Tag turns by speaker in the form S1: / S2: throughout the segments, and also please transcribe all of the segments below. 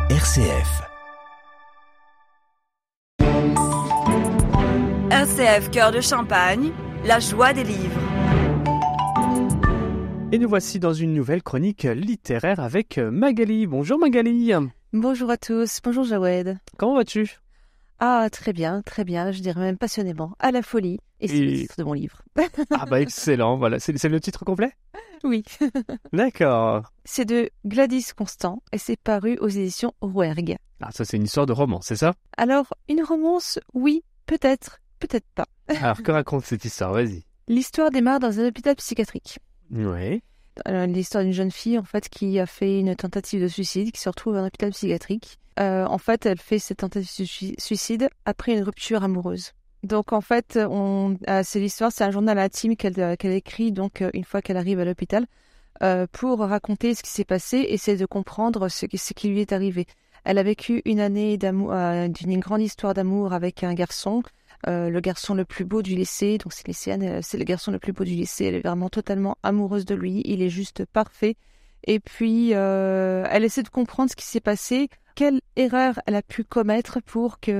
S1: RCF.
S2: RCF Cœur de Champagne, la joie des livres.
S3: Et nous voici dans une nouvelle chronique littéraire avec Magali. Bonjour Magali.
S4: Bonjour à tous, bonjour Jawed.
S3: Comment vas-tu ?
S4: Ah, très bien, je dirais même passionnément, à la folie, et c'est le titre de mon livre.
S3: Ah bah excellent, voilà, c'est le titre complet ?
S4: Oui.
S3: D'accord.
S4: C'est de Gladys Constant et c'est paru aux éditions Rouergue.
S3: Ah ça c'est une histoire de roman, c'est ça ?
S4: Alors, une romance, oui, peut-être pas.
S3: Alors que raconte cette histoire, vas-y.
S4: L'histoire démarre dans un hôpital psychiatrique.
S3: Oui.
S4: L'histoire d'une jeune fille en fait qui a fait une tentative de suicide, qui se retrouve dans un hôpital psychiatrique. En fait, elle fait cette tentative de suicide après une rupture amoureuse. Donc en fait, c'est l'histoire, c'est un journal intime qu'elle écrit donc une fois qu'elle arrive à l'hôpital pour raconter ce qui s'est passé, essayer de comprendre ce qui lui est arrivé. Elle a vécu une année d'amour, d'une grande histoire d'amour avec un garçon. Le garçon le plus beau du lycée, donc c'est lycéenne, c'est le garçon le plus beau du lycée, elle est vraiment totalement amoureuse de lui, il est juste parfait. Et puis, elle essaie de comprendre ce qui s'est passé, quelle erreur elle a pu commettre pour qu'il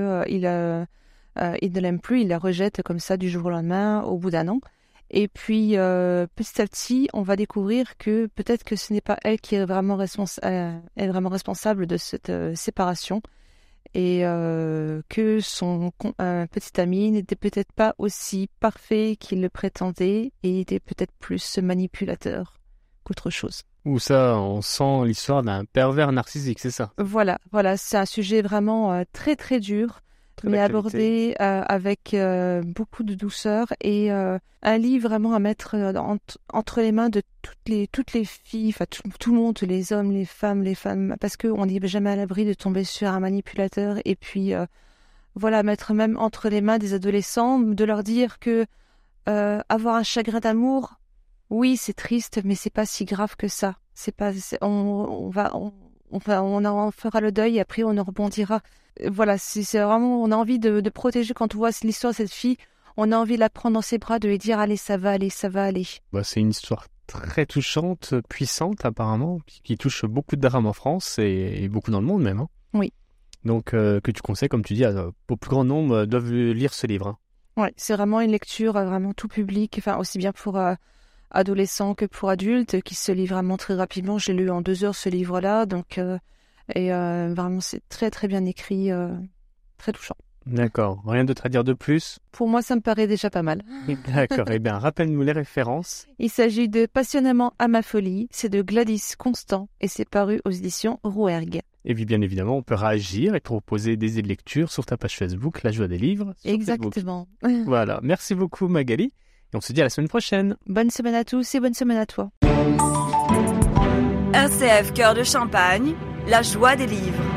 S4: ne l'aime plus, il la rejette comme ça du jour au lendemain, au bout d'un an. Et puis, petit à petit, on va découvrir que peut-être que ce n'est pas elle qui est vraiment responsable de cette séparation. Et que son petit ami n'était peut-être pas aussi parfait qu'il le prétendait et était peut-être plus manipulateur qu'autre chose.
S3: Où ça, on sent l'histoire d'un pervers narcissique, c'est ça ?
S4: Voilà, c'est un sujet vraiment très très dur, mais abordé avec beaucoup de douceur et un livre vraiment à mettre entre les mains de toutes les filles, enfin tout le monde, les hommes, les femmes, parce qu'on n'est jamais à l'abri de tomber sur un manipulateur et puis mettre même entre les mains des adolescents, de leur dire que avoir un chagrin d'amour, oui c'est triste, mais c'est pas si grave que ça. On en fera le deuil et après on en rebondira. Voilà, c'est vraiment, on a envie de protéger quand on voit l'histoire de cette fille, on a envie de la prendre dans ses bras, de lui dire allez, ça va aller.
S3: Bah, c'est une histoire très touchante, puissante apparemment, qui touche beaucoup de drames en France et beaucoup dans le monde même. Hein.
S4: Oui.
S3: Donc que tu conseilles, comme tu dis, au plus grand nombre doivent lire ce livre. Hein.
S4: Ouais, c'est vraiment une lecture vraiment tout public, enfin aussi bien pour adolescents que pour adultes, qui se lit vraiment très rapidement. J'ai lu en 2 heures ce livre-là, donc vraiment c'est très très bien écrit, très touchant.
S3: D'accord, rien d'autre à dire de plus ?
S4: Pour moi, ça me paraît déjà pas mal.
S3: D'accord, eh bien rappelle-nous les références.
S4: Il s'agit de Passionnément à ma folie, c'est de Gladys Constant et c'est paru aux éditions Rouergue.
S3: Et puis bien évidemment, on peut réagir et proposer des idées de lecture sur ta page Facebook, La Joie des Livres.
S4: Exactement.
S3: Voilà, merci beaucoup Magali et on se dit à la semaine prochaine.
S4: Bonne semaine à tous et bonne semaine à toi.
S2: RCF Cœur de Champagne, la joie des livres.